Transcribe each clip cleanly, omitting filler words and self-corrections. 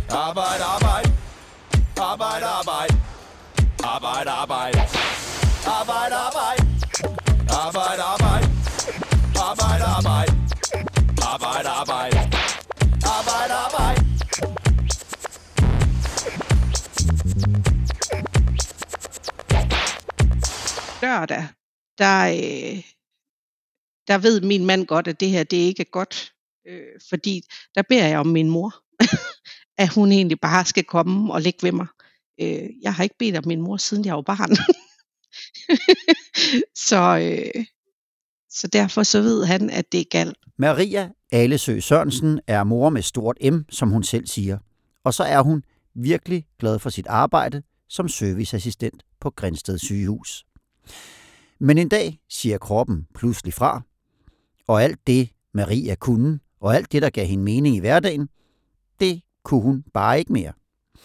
Arbejde, arbejde. Arbejde, arbejde. Arbejde, arbejde. Arbejde, arbejde. Arbejde, arbejde. Arbejde, arbejde. Arbejde, arbejde. Arbejde, arbejde. Lørdag, der ved min mand godt, at det her det ikke er godt, fordi der beder jeg om min mor, at hun egentlig bare skal komme og ligge ved mig. Jeg har ikke bedt om min mor, siden jeg var barn. Så derfor så ved han, at det er galt. Maria Allesøe Sørensen er mor med stort M, som hun selv siger. Og så er hun virkelig glad for sit arbejde som serviceassistent på Grindsted Sygehus. Men en dag siger kroppen pludselig fra, og alt det Maria kunne, og alt det, der gav hende mening i hverdagen, det kunne hun bare ikke mere.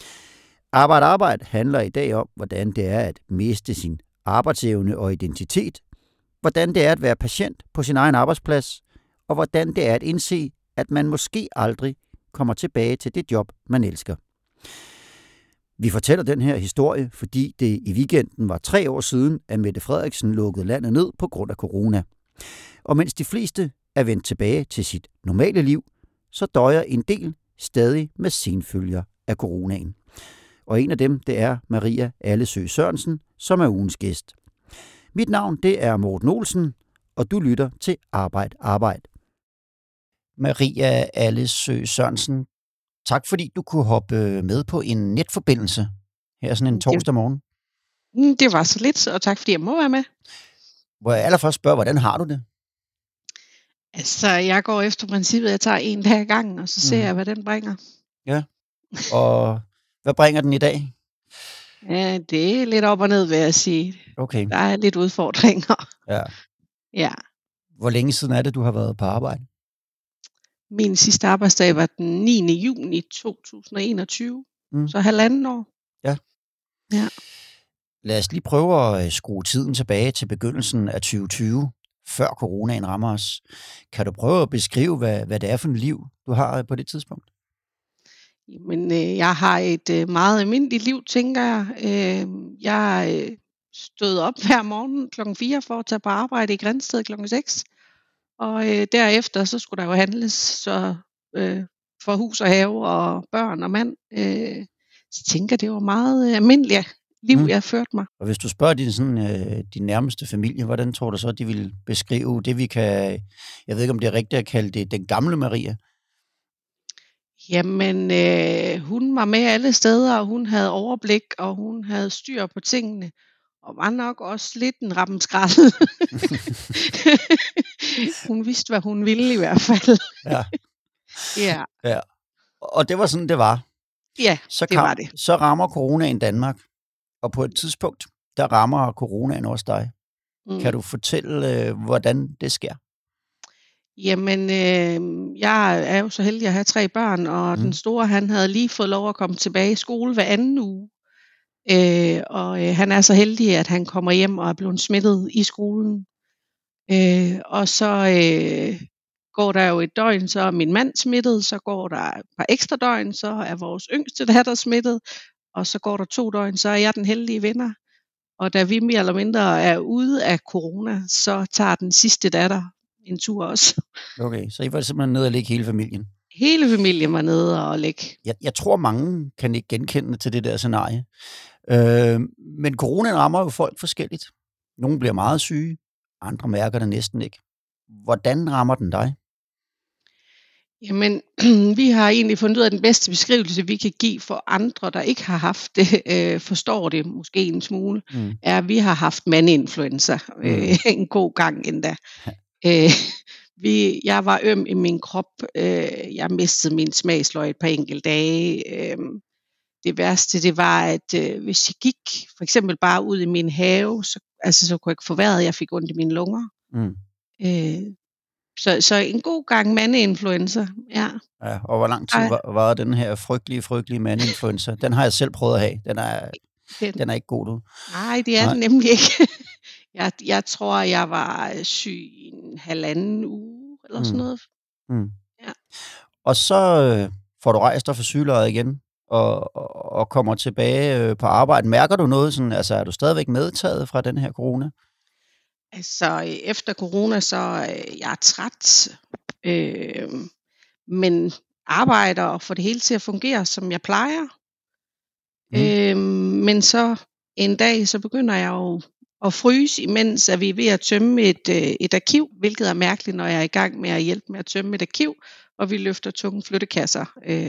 Arbejde handler i dag om, hvordan det er at miste sin arbejdsevne og identitet, hvordan det er at være patient på sin egen arbejdsplads, og hvordan det er at indse, at man måske aldrig kommer tilbage til det job, man elsker. Vi fortæller den her historie, fordi det i weekenden var 3 år siden, at Mette Frederiksen lukkede landet ned på grund af corona. Og mens de fleste er vendt tilbage til sit normale liv, så døjer en del stadig med senfølger af coronaen. Og en af dem, det er Maria Allesøe Sørensen, som er ugens gæst. Mit navn, det er Morten Olsen, og du lytter til Arbejde. Maria Allesøe Sørensen, tak fordi du kunne hoppe med på en netforbindelse her sådan en torsdag morgen. Det var så lidt, og tak fordi jeg må være med. Hvor jeg allerførst spørger, hvordan har du det? Altså, jeg går efter princippet, at jeg tager en dag ad gangen, og så ser jeg, hvad den bringer. Ja, og hvad bringer den i dag? Ja, det er lidt op og ned, vil jeg sige. Okay. Der er lidt udfordringer. Ja. Ja. Hvor længe siden er det, du har været på arbejde? Min sidste arbejdsdag var den 9. juni 2021, så 1,5 år. Ja. Ja. Lad os lige prøve at skrue tiden tilbage til begyndelsen af 2020, før coronaen rammer os. Kan du prøve at beskrive, hvad det er for et liv, du har på det tidspunkt? Men jeg har et meget almindeligt liv, tænker jeg. Jeg stod op hver morgen kl. 4 for at tage på arbejde i Grindsted kl. 6. Og derefter så skulle der jo handles så, for hus og have og børn og mand. Så tænker det var meget almindeligt liv, jeg førte mig. Og hvis du spørger din nærmeste familie, hvordan tror du så, de vil beskrive det, vi kan, jeg ved ikke om det er rigtigt at kalde det, den gamle Maria? Jamen, hun var med alle steder, og hun havde overblik, og hun havde styr på tingene, og var nok også lidt en rappenskrald. Hun vidste, hvad hun ville i hvert fald. Ja. Ja. Og det var sådan, det var. Ja, det var det. Så rammer coronaen Danmark, og på et tidspunkt, der rammer coronaen også dig. Kan du fortælle, hvordan det sker? Jamen, jeg er jo så heldig at have 3 børn, og den store, han havde lige fået lov at komme tilbage i skole hver anden uge. Og han er så heldig, at han kommer hjem og er blevet smittet i skolen. Og så går der jo et døgn, så er min mand smittet, så går der et par ekstra døgn, så er vores yngste datter smittet, og så går der 2 døgn, så er jeg den heldige vinder. Og da vi mere eller mindre er ude af corona, så tager den sidste datter en tur også. Okay, så I var simpelthen nede og ligge hele familien? Hele familien var nede og ligge. Jeg tror, mange kan ikke genkende til det der scenarie. Men coronaen rammer jo folk forskelligt. Nogle bliver meget syge, andre mærker det næsten ikke. Hvordan rammer den dig? Jamen, vi har egentlig fundet ud af, at den bedste beskrivelse, vi kan give for andre, der ikke har haft det, forstår det måske en smule, er, at vi har haft mandinfluenza en god gang endda. Jeg var øm i min krop. Jeg mistede min smagsløg et par enkelte dage. Det værste, det var, at hvis jeg gik for eksempel bare ud i min have, så kunne jeg ikke få vejret. Jeg fik ondt i mine lunger. Så en god gang mandeinfluenza, ja. Ja, og hvor lang tid var den her frygtelige mandeinfluenza? Den har jeg selv prøvet at have. Den er ikke god, du. Nej, det er den nemlig ikke. Jeg tror, jeg var syg i 1,5 uge, eller sådan noget. Ja. Og så får du rejst dig fra sygelejet igen, og kommer tilbage på arbejde. Mærker du noget sådan, altså er du stadigvæk medtaget fra den her corona? Altså, efter corona, så jeg er træt, men arbejder og får det hele til at fungere, som jeg plejer. Men så en dag, så begynder jeg jo at fryse, imens at vi er ved at tømme et arkiv, hvilket er mærkeligt, når jeg er i gang med at hjælpe med at tømme et arkiv, og vi løfter tunge flyttekasser.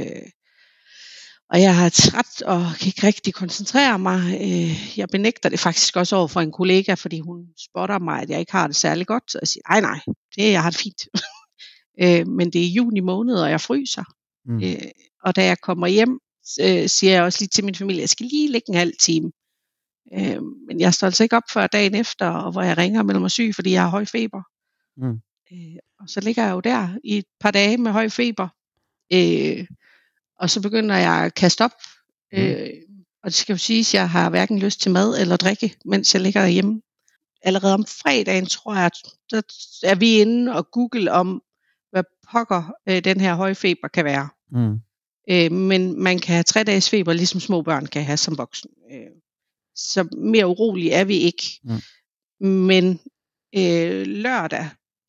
Og jeg er træt og kan ikke rigtig koncentrere mig. Jeg benægter det faktisk også over for en kollega, fordi hun spotter mig, at jeg ikke har det særlig godt. Så jeg siger, nej, jeg har det fint. Men det er juni måned, og jeg fryser. Og da jeg kommer hjem, siger jeg også lige til min familie, jeg skal lige ligge en halv time. Men jeg står altså ikke op før dagen efter, og hvor jeg ringer og melder mig syg, fordi jeg har høj feber. Og så ligger jeg jo der i et par dage med høj feber. Og så begynder jeg at kaste op. Og det skal jo siges, at jeg har hverken lyst til mad eller drikke, mens jeg ligger derhjemme. Allerede om fredagen, tror jeg, så er vi inde og google om, hvad pokker den her høje feber kan være. Men man kan have 3 dages feber, ligesom små børn kan have som voksen. Så mere urolig er vi ikke. Men lørdag,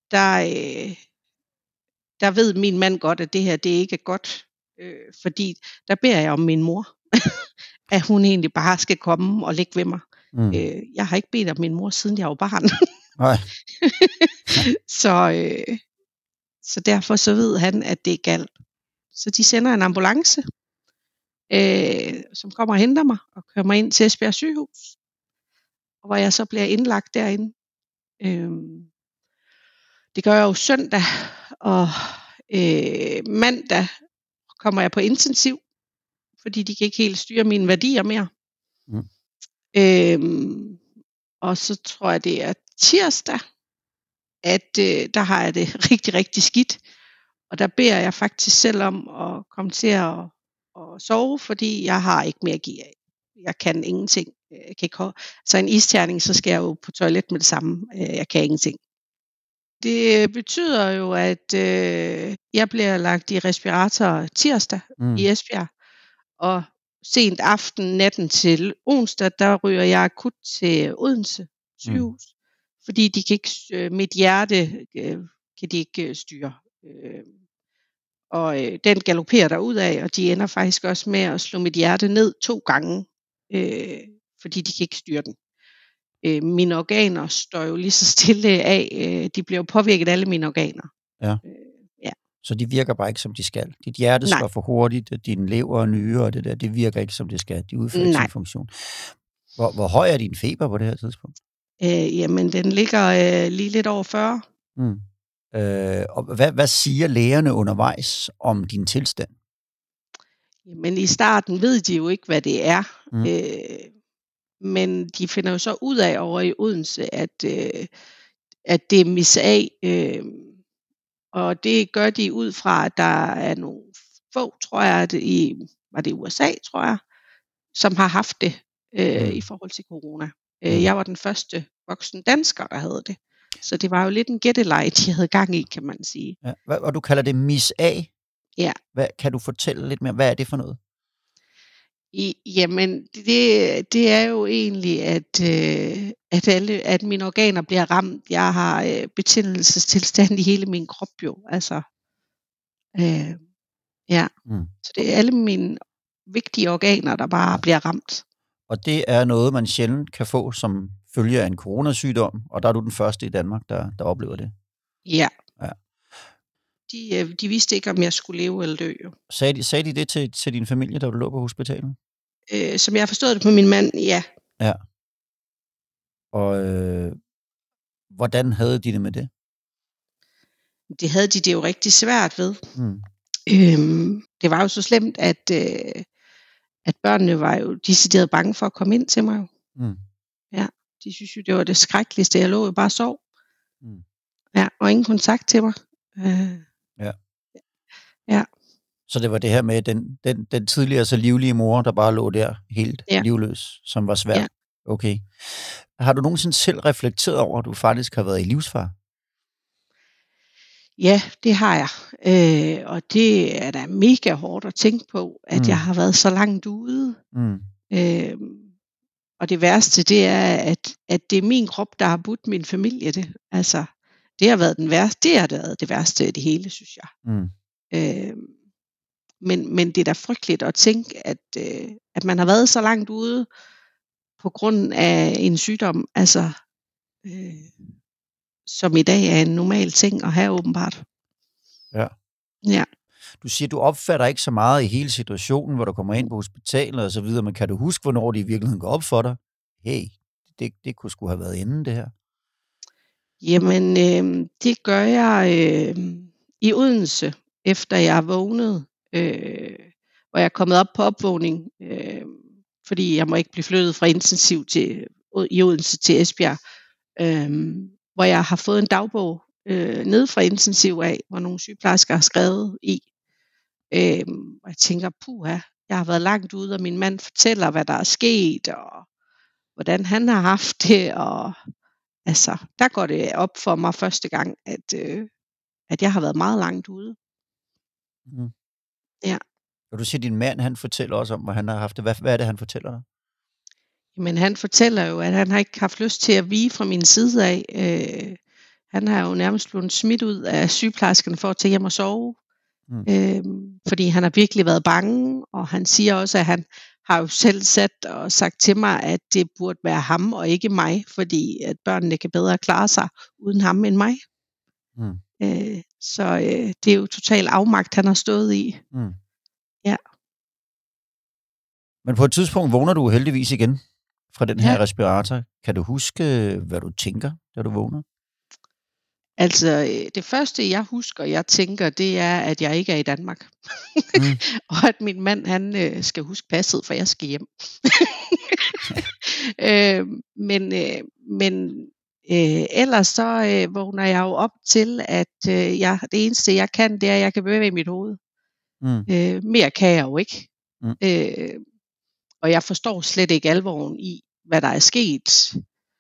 der ved min mand godt, at det her det ikke er godt. Fordi der beder jeg om min mor, at hun egentlig bare skal komme og ligge ved mig. Jeg har ikke bedt om min mor, siden jeg var barn. Nej. Så derfor så ved han, at det er galt. Så de sender en ambulance, som kommer og henter mig og kører mig ind til Esbjerg sygehus, hvor jeg så bliver indlagt derinde. Det gør jeg jo søndag, og mandag kommer jeg på intensiv, fordi de kan ikke helt styre mine værdier mere. Og så tror jeg, det er tirsdag, at der har jeg det rigtig, rigtig skidt. Og der beder jeg faktisk selv om at komme til at sove, fordi jeg har ikke mere at give af. Jeg kan ingenting. Jeg kan ikke så en isterning, så skal jeg jo på toilet med det samme. Jeg kan ingenting. Det betyder jo, at jeg bliver lagt i respirator tirsdag i Esbjerg, og sent aften, natten til onsdag, der ryger jeg akut til Odense sygehus, fordi de kan ikke, mit hjerte kan de ikke styre. Og den galopperer derudad, og de ender faktisk også med at slå mit hjerte ned 2 gange, fordi de kan ikke styre den. Mine organer står jo lige så stille af. De bliver jo påvirket alle mine organer. Ja. Så de virker bare ikke, som de skal. Dit hjerte slår for hurtigt, din lever og nyre og det der, det virker ikke, som det skal. De udfører ikke sin funktion. Hvor høj er din feber på det her tidspunkt? Jamen, den ligger lige lidt over 40. Og hvad siger lægerne undervejs om din tilstand? Jamen, i starten ved de jo ikke, hvad det er. Men de finder jo så ud af over i Odense, at det er MIS-A. Og det gør de ud fra, at der er nogle få, tror jeg, var det USA, tror jeg, som har haft det i forhold til corona. Jeg var den første voksne dansker, der havde det. Så det var jo lidt en gætteleg, de havde gang i, kan man sige. Ja, og du kalder det MIS-A? Ja. Kan du fortælle lidt mere, hvad er det for noget? Jamen, det er jo egentlig, at mine organer bliver ramt. Jeg har betændelsestilstand i hele min krop jo. Altså, Så det er alle mine vigtige organer, der bare bliver ramt. Og det er noget, man sjældent kan få som følge af en coronasygdom, og der er du den første i Danmark, der oplever det. Ja. De vidste ikke, om jeg skulle leve eller dø. Sagde de det til din familie, da du lå på hospitalet? Som jeg har forstået det på min mand, ja. Ja. Og hvordan havde de det med det? Det havde de det jo rigtig svært ved. Det var jo så slemt, at børnene var jo decideret bange for at komme ind til mig. Ja, de synes jo, det var det skrækkeligste. Jeg lå jo bare og sov. Ja, og ingen kontakt til mig. Ja. Så det var det her med den tidligere så livlige mor, der bare lå der helt livløs, som var svært. Ja. Okay. Har du nogensinde selv reflekteret over, at du faktisk har været i livsfare? Ja, det har jeg. Og det er da mega hårdt at tænke på, at jeg har været så langt ude. Mm. Og det værste, det er, at det er min krop, der har budt min familie det. Altså, det har været det værste af det hele, synes jeg. Mm. Men det er da frygteligt at tænke, at man har været så langt ude på grund af en sygdom, altså, som i dag er en normal ting at have åbenbart. Ja. Ja. Du siger, du opfatter ikke så meget i hele situationen, hvor du kommer ind på hospitalet og så videre, men kan du huske, hvornår det i virkeligheden går op for dig? Hey, det kunne sgu have været inden det her. Jamen, det gør jeg i Odense, efter jeg vågnede, hvor jeg er kommet op på opvågning, fordi jeg må ikke blive flyttet fra intensiv i Odense til Esbjerg, hvor jeg har fået en dagbog nede fra intensiv af, hvor nogle sygeplejersker har skrevet i. Og jeg tænker, puha, jeg har været langt ude, og min mand fortæller, hvad der er sket, og hvordan han har haft det, og altså, der går det op for mig første gang, at jeg har været meget langt ude. Mm. Ja. Og du siger, din mand, han fortæller også om, hvad han har haft det. Hvad er det, han fortæller dig? Men han fortæller jo, at han har ikke haft lyst til at vige fra min side af. Han har jo nærmest blevet smidt ud af sygeplejerskerne for at tage hjem og sove. Fordi han har virkelig været bange, og han siger også, at han har jo selv sat og sagt til mig, at det burde være ham og ikke mig, fordi at børnene kan bedre klare sig uden ham end mig. Så det er jo total afmagt, han har stået i. Ja. Men på et tidspunkt vågner du heldigvis igen fra den her respirator. Kan du huske, hvad du tænker, da du vågner? Altså, det første, jeg husker, jeg tænker, det er, at jeg ikke er i Danmark. Og at min mand, han skal huske passet, for jeg skal hjem. Men ellers så vågner jeg jo op til, at det eneste, jeg kan, det er, at jeg kan bevæge mit hoved. Mere kan jeg jo ikke. Og jeg forstår slet ikke alvoren i, hvad der er sket.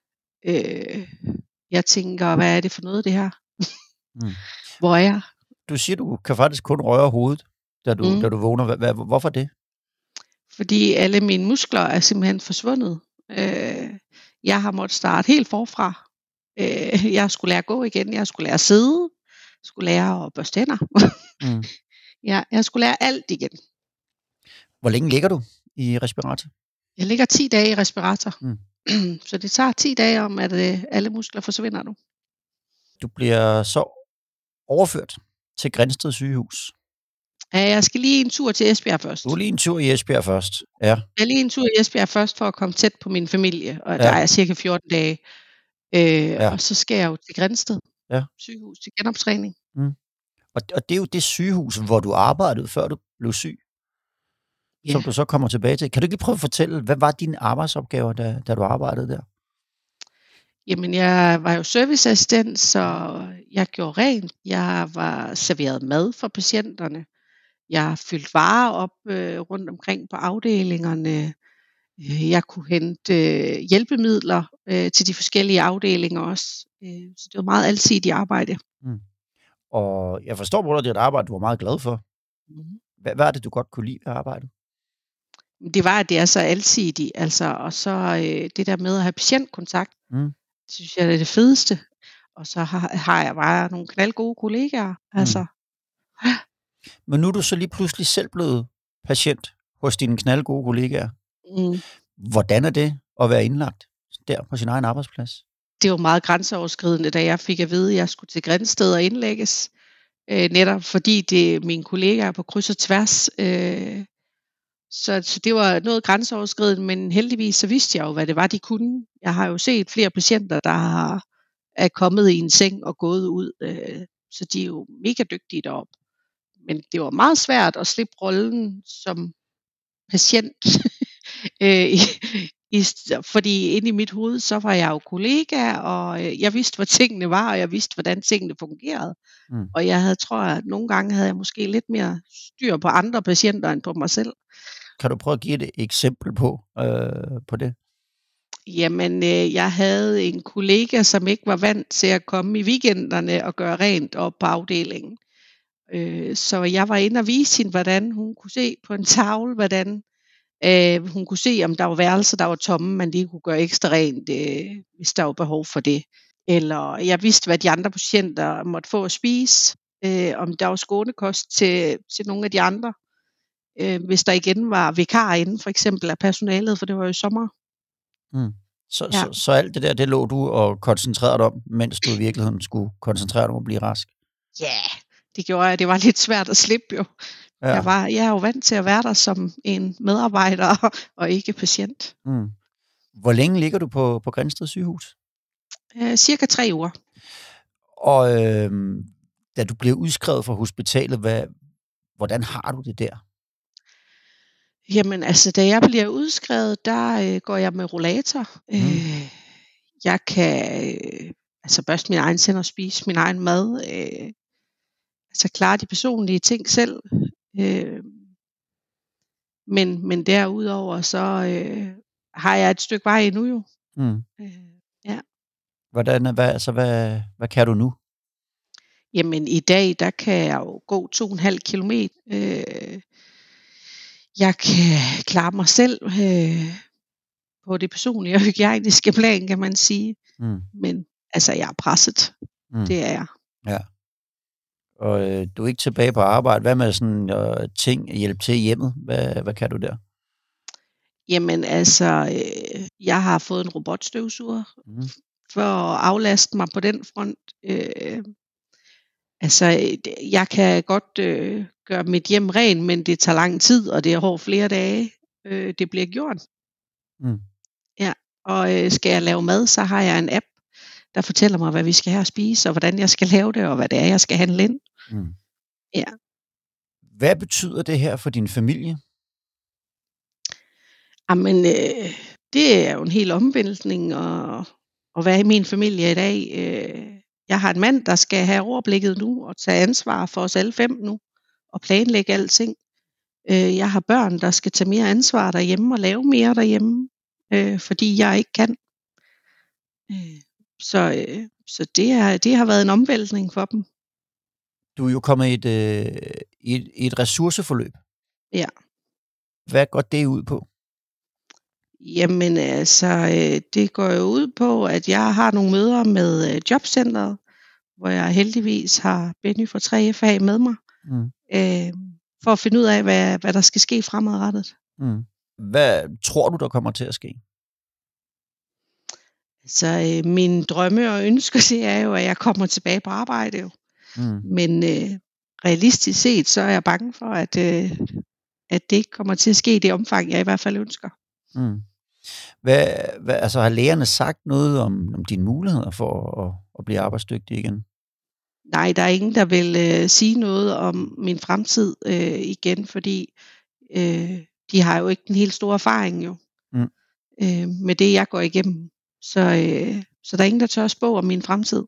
Jeg tænker, hvad er det for noget, det her? Hvor er jeg? Du siger, du kan faktisk kun røre hovedet, da du vågner. Hvorfor det? Fordi alle mine muskler er simpelthen forsvundet. Jeg har måttet starte helt forfra. Jeg skulle lære at gå igen. Jeg skulle lære at sidde. Jeg skulle lære at børste hænder. Ja, jeg skulle lære alt igen. Hvor længe ligger du i respirator? Jeg ligger 10 dage i respirator. Så det tager 10 dage om, at alle muskler forsvinder nu. Du bliver så overført til Grindsted sygehus. Ja, jeg skal lige en tur til Esbjerg først. Du er lige en tur i Esbjerg først, ja. Jeg er lige en tur i Esbjerg først, for at komme tæt på min familie, og der er cirka 14 dage. Og så skal jeg jo til Grindsted sygehus til genoptræning. Og det er jo det sygehus, hvor du arbejdede, før du blev syg, som du så kommer tilbage til. Kan du ikke lige prøve at fortælle, hvad var dine arbejdsopgaver, da du arbejdede der? Jamen, jeg var jo serviceassistent, så jeg gjorde rent. Jeg var serveret mad for patienterne. Jeg fyldte varer op rundt omkring på afdelingerne. Jeg kunne hente hjælpemidler til de forskellige afdelinger også. Så det var meget alsidigt arbejde. Og jeg forstår på dig, at det er et arbejde, du var meget glad for. Hvad er det, du godt kunne lide ved arbejdet? Det var, at det er så alsidigt, altså, og så det der med at have patientkontakt, det synes jeg er det fedeste. Og så har jeg bare nogle knaldgode kollegaer. Altså. Men nu er du så lige pludselig selv blevet patient hos dine knaldgode kollegaer. Hvordan er det at være indlagt der på sin egen arbejdsplads? Det var meget grænseoverskridende, da jeg fik at vide, at jeg skulle til Grindsted og indlægges. Netop fordi det er mine kollegaer på kryds og tværs. Så det var noget grænseoverskridende, men heldigvis så vidste jeg jo, hvad det var, de kunne. Jeg har jo set flere patienter, der er kommet i en seng og gået ud. Så de er jo mega dygtige deroppe. Men det var meget svært at slippe rollen som patient. Fordi inde i mit hoved, så var jeg jo kollega, og jeg vidste, hvad tingene var, og jeg vidste, hvordan tingene fungerede. Og jeg tror, at nogle gange havde jeg måske lidt mere styr på andre patienter end på mig selv. Kan du prøve at give et eksempel på det? Jamen, jeg havde en kollega, som ikke var vant til at komme i weekenderne og gøre rent op på afdelingen. Så jeg var inde og vise hende, hvordan hun kunne se på en tavle, hvordan hun kunne se, om der var værelser, der var tomme, man lige kunne gøre ekstra rent, hvis der var behov for det. Eller jeg vidste, hvad de andre patienter måtte få at spise, om der var skånekost til nogle af de andre. Hvis der igen var vikar inde, for eksempel af personalet, for det var jo sommer. Mm. Ja. Så alt det der, det lå du og koncentrerede dig om, mens du i virkeligheden skulle koncentrere dig om at blive rask? Ja, det gjorde jeg. Det var lidt svært at slippe jo. Ja. Jeg er jo vant til at være der som en medarbejder og ikke patient. Mm. Hvor længe ligger du på Grindsted sygehus? Cirka 3 uger. Og da du bliver udskrevet fra hospitalet, hvordan har du det der? Jamen altså, da jeg bliver udskrevet, der går jeg med rollator. Jeg kan børste min egen tænder og spise min egen mad. Klare de personlige ting selv. Men derudover så har jeg et stykke vej endnu jo. Ja. Hvad kan du nu? Jamen i dag, der kan jeg jo gå 2,5 kilometer. Jeg kan klare mig selv på det personlige og hygiejniske plan, kan man sige. Men jeg er presset. Det er jeg. Ja. Og du er ikke tilbage på arbejde. Hvad med sådan ting, hjælp til i hjemmet? Hvad kan du der? Jamen jeg har fået en robotstøvsuger for at aflaste mig på den front. Jeg kan godt gøre mit hjem ren, men det tager lang tid, og det er over flere dage. Det bliver gjort. Ja, og skal jeg lave mad, så har jeg en app, der fortæller mig, hvad vi skal have at spise, og hvordan jeg skal lave det, og hvad det er, jeg skal handle ind. Ja. Hvad betyder det her for din familie? Jamen, det er jo en hel omvæltning at være i min familie i dag. Jeg har en mand, der skal have overblikket nu og tage ansvar for os alle 5 nu og planlægge alting. Jeg har børn, der skal tage mere ansvar derhjemme og lave mere derhjemme, fordi jeg ikke kan. Så det har været en omvæltning for dem. Du er jo kommet i et ressourceforløb. Ja. Hvad går det ud på? Jamen det går jo ud på, at jeg har nogle møder med jobcentret, hvor jeg heldigvis har Benny fra 3F med mig, for at finde ud af, hvad der skal ske fremadrettet. Hvad tror du, der kommer til at ske? Mine drømme og ønsker, det er jo, at jeg kommer tilbage på arbejde jo. Men realistisk set, så er jeg bange for, at det ikke kommer til at ske i det omfang, jeg i hvert fald ønsker. Har lægerne sagt noget om dine muligheder for at blive arbejdsdygtig igen? Nej, der er ingen, der vil sige noget om min fremtid igen, fordi de har jo ikke den helt store erfaring jo med det, jeg går igennem. Så der er ingen, der tør spå om min fremtid.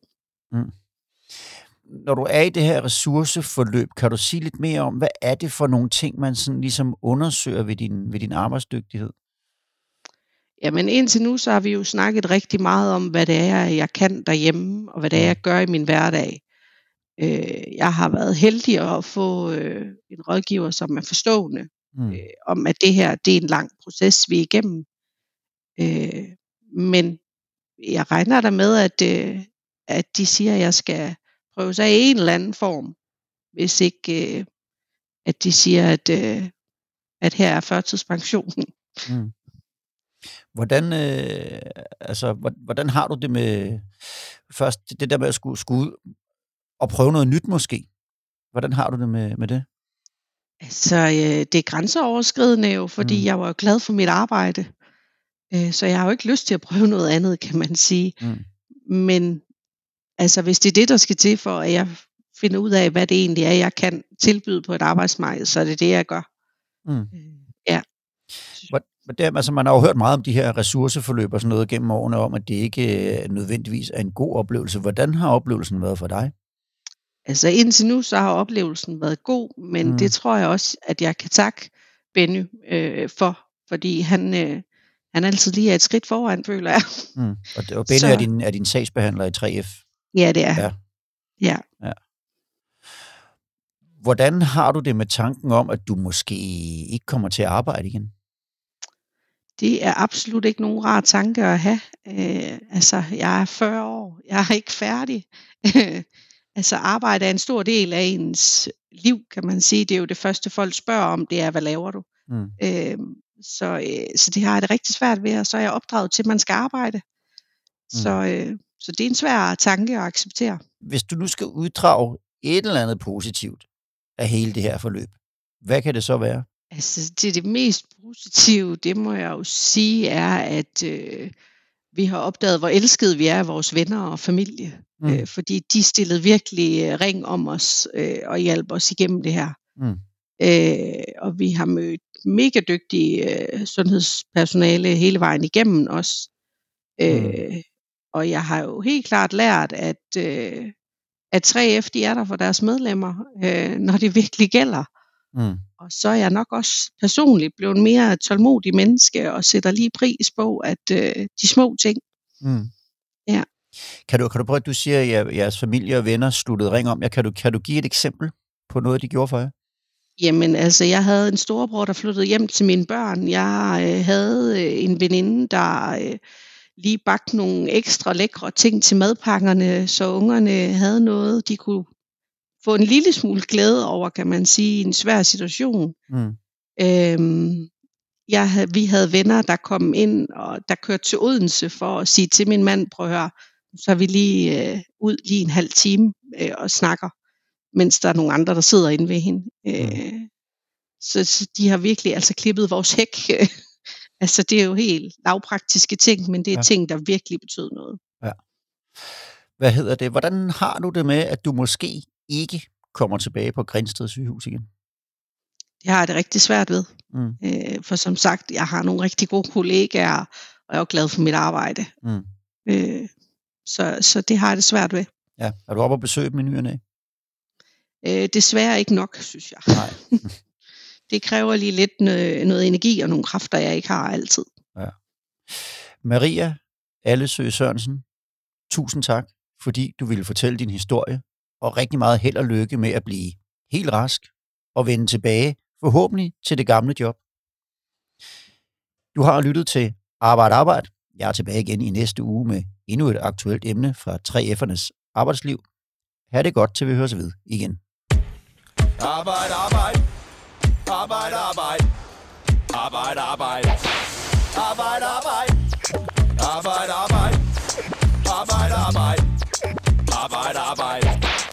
Når du er i det her ressourceforløb, kan du sige lidt mere om, hvad er det for nogle ting, man sådan ligesom undersøger ved din arbejdsdygtighed? Jamen indtil nu, så har vi jo snakket rigtig meget om, hvad det er, jeg kan derhjemme, og hvad det er, jeg gør i min hverdag. Jeg har været heldig at få en rådgiver, som er forstående, om at det her, det er en lang proces, vi er igennem. Men jeg regner der med, at de siger, at jeg skal prøve sig i en eller anden form, hvis ikke at de siger, at her er førtidspensionen. Hvordan har du det med først det der med at skulle ud og prøve noget nyt måske? Hvordan har du det med det? Det er grænseoverskridende jo, fordi jeg var jo glad for mit arbejde. Så jeg har jo ikke lyst til at prøve noget andet, kan man sige. Men hvis det er det, der skal til for, at jeg finder ud af, hvad det egentlig er, jeg kan tilbyde på et arbejdsmarked, så er det det, jeg gør. Ja. Man har jo hørt meget om de her ressourceforløb og sådan noget gennem årene, om at det ikke nødvendigvis er en god oplevelse. Hvordan har oplevelsen været for dig? Indtil nu, så har oplevelsen været god, men det tror jeg også, at jeg kan takke Benny for, fordi han han altid lige er et skridt foran, føler jeg. Og Benny er din sagsbehandler i 3F? Ja, det er. Ja. Hvordan har du det med tanken om, at du måske ikke kommer til at arbejde igen? Det er absolut ikke nogen rar tanke at have. Jeg er 40 år. Jeg er ikke færdig. Arbejde er en stor del af ens liv, kan man sige. Det er jo det første, folk spørger om, det er, hvad laver du? Så det har jeg det rigtig svært ved, og så er jeg opdraget til, at man skal arbejde. Så det er en svær tanke at acceptere. Hvis du nu skal uddrage et eller andet positivt af hele det her forløb, hvad kan det så være? Det mest positive, det må jeg jo sige, er, at vi har opdaget, hvor elskede vi er af vores venner og familie. Fordi de stillede virkelig ring om os og hjalp os igennem det her. Og vi har mødt mega dygtige sundhedspersonale hele vejen igennem os. Og jeg har jo helt klart lært, at 3F, de er der for deres medlemmer, når det virkelig gælder. Og så er jeg nok også personligt blevet mere tålmodig menneske, og sætter lige pris på, at de små ting. Ja. Kan du prøve, at du siger, at jeres familie og venner sluttede ring om jer? Kan du give et eksempel på noget, de gjorde for jer? Jamen, jeg havde en storebror, der flyttede hjem til mine børn. Jeg havde en veninde, der lige bagte nogle ekstra lækre ting til madpakkerne, så ungerne havde noget, de kunne få en lille smule glæde over, kan man sige, i en svær situation. Vi havde venner, der kom ind, og der kørte til Odense for at sige til min mand, prøv at høre, så er vi lige ud lige en halv time og snakker, mens der er nogle andre, der sidder inde ved hende. Så de har virkelig klippet vores hæk. Det er jo helt lavpraktiske ting, men det er ting, der virkelig betød noget. Ja. Hvad hedder det? Hvordan har du det med, at du måske ikke kommer tilbage på Grindsted sygehus igen? Det har jeg det rigtig svært ved. For som sagt, jeg har nogle rigtig gode kollegaer, og jeg er jo glad for mit arbejde. Så det har jeg det svært ved. Ja. Er du oppe og besøge dem i ny og næ? Desværre ikke nok, synes jeg. Nej. Det kræver lige lidt noget energi og nogle kræfter, jeg ikke har altid. Ja. Maria Allesøe Sørensen, tusind tak, fordi du ville fortælle din historie, og rigtig meget held og lykke med at blive helt rask og vende tilbage, forhåbentlig til det gamle job. Du har lyttet til Arbejde. Jeg er tilbage igen i næste uge med endnu et aktuelt emne fra 3F'ernes arbejdsliv. Ha' det godt, til vi høres ved igen. Arbejde. Arbejde. Arbejde. Arbejde. Arbejde. Arbejde. Arbejde. Arbejde. Arbejde. Arbejde.